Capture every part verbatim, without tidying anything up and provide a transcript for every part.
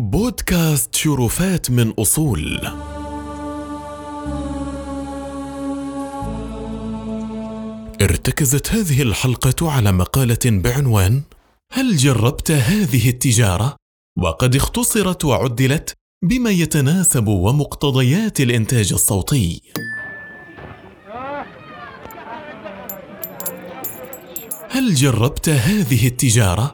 بودكاست شرفات من أصول. ارتكزت هذه الحلقة على مقالة بعنوان: هل جربت هذه التجارة؟ وقد اختصرت وعدلت بما يتناسب ومقتضيات الإنتاج الصوتي. هل جربت هذه التجارة؟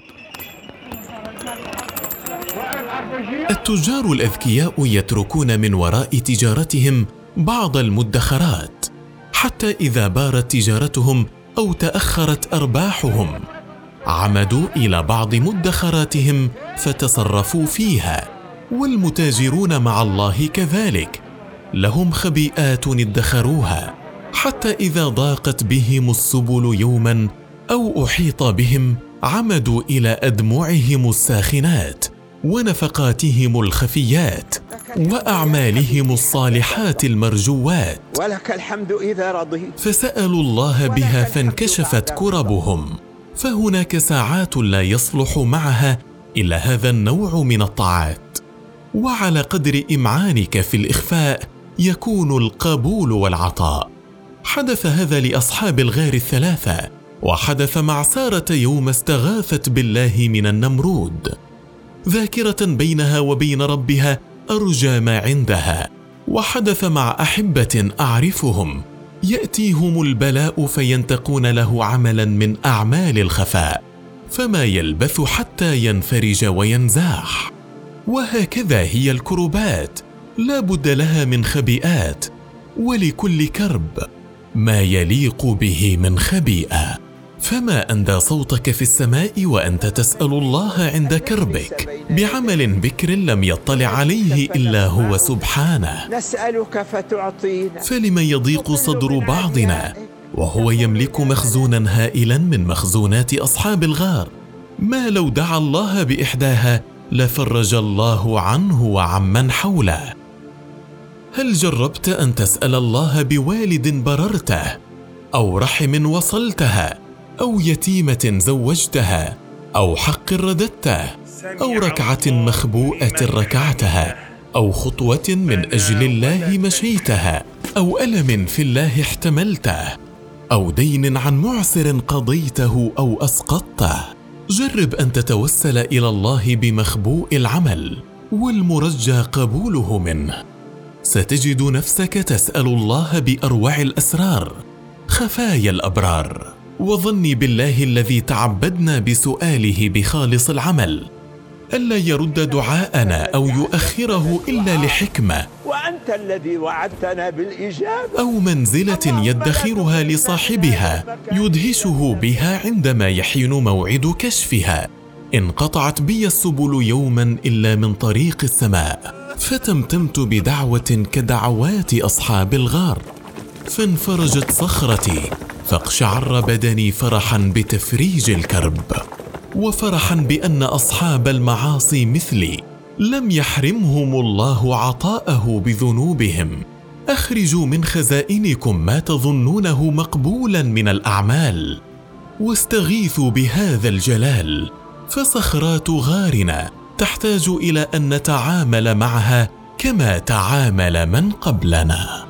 التجار الأذكياء يتركون من وراء تجارتهم بعض المدخرات، حتى إذا بارت تجارتهم أو تأخرت أرباحهم عمدوا إلى بعض مدخراتهم فتصرفوا فيها. والمتاجرون مع الله كذلك، لهم خبيئات ادخروها، حتى إذا ضاقت بهم السبل يوما أو أحيط بهم عمدوا إلى أدمعهم الساخنات ونفقاتهم الخفيات وأعمالهم الصالحات المرجوات، ولك الحمد إذا رضيت، فسألوا الله بها فانكشفت كربهم. فهناك ساعات لا يصلح معها إلا هذا النوع من الطاعات، وعلى قدر إمعانك في الإخفاء يكون القبول والعطاء. حدث هذا لأصحاب الغار الثلاثة، وحدث مع سارة يوم استغاثت بالله من النمرود، ذاكرة بينها وبين ربها أرجى ما عندها. وحدث مع أحبة أعرفهم، يأتيهم البلاء فينتقون له عملا من أعمال الخفاء، فما يلبث حتى ينفرج وينزاح. وهكذا هي الكربات، لا بد لها من خبيئات، ولكل كرب ما يليق به من خبيئة. فما أندى صوتك في السماء وأنت تسأل الله عند كربك بعمل بكر لم يطلع عليه إلا هو سبحانه. نسألك فتعطينا، فلما يضيق صدر بعضنا وهو يملك مخزونا هائلا من مخزونات أصحاب الغار؟ ما لو دعا الله بإحداها لفرج الله عنه وعمن حوله. هل جربت أن تسأل الله بوالد بررته، أو رحم وصلتها، أو يتيمة زوجتها، أو حق رددته، أو ركعة مخبوءة ركعتها، أو خطوة من أجل الله مشيتها، أو ألم في الله احتملته، أو دين عن معسر قضيته أو أسقطته؟ جرب أن تتوسل إلى الله بمخبوء العمل والمرجى قبوله منه، ستجد نفسك تسأل الله بأروع الأسرار، خفايا الأبرار. وظني بالله الذي تعبدنا بسؤاله بخالص العمل ألا يرد دعاءنا أو يؤخره إلا لحكمة، وأنت الذي وعدتنا بالإجابة، أو منزلة يدخرها لصاحبها يدهشه بها عندما يحين موعد كشفها. انقطعت بي السبل يوما إلا من طريق السماء، فتمتمت بدعوة كدعوات أصحاب الغار، فانفرجت صخرتي، فاقشعر بدني فرحا بتفريج الكرب، وفرحا بأن أصحاب المعاصي مثلي لم يحرمهم الله عطاءه بذنوبهم. أخرجوا من خزائنكم ما تظنونه مقبولا من الأعمال، واستغيثوا بهذا الجلال، فصخرات غارنا تحتاج إلى أن نتعامل معها كما تعامل من قبلنا.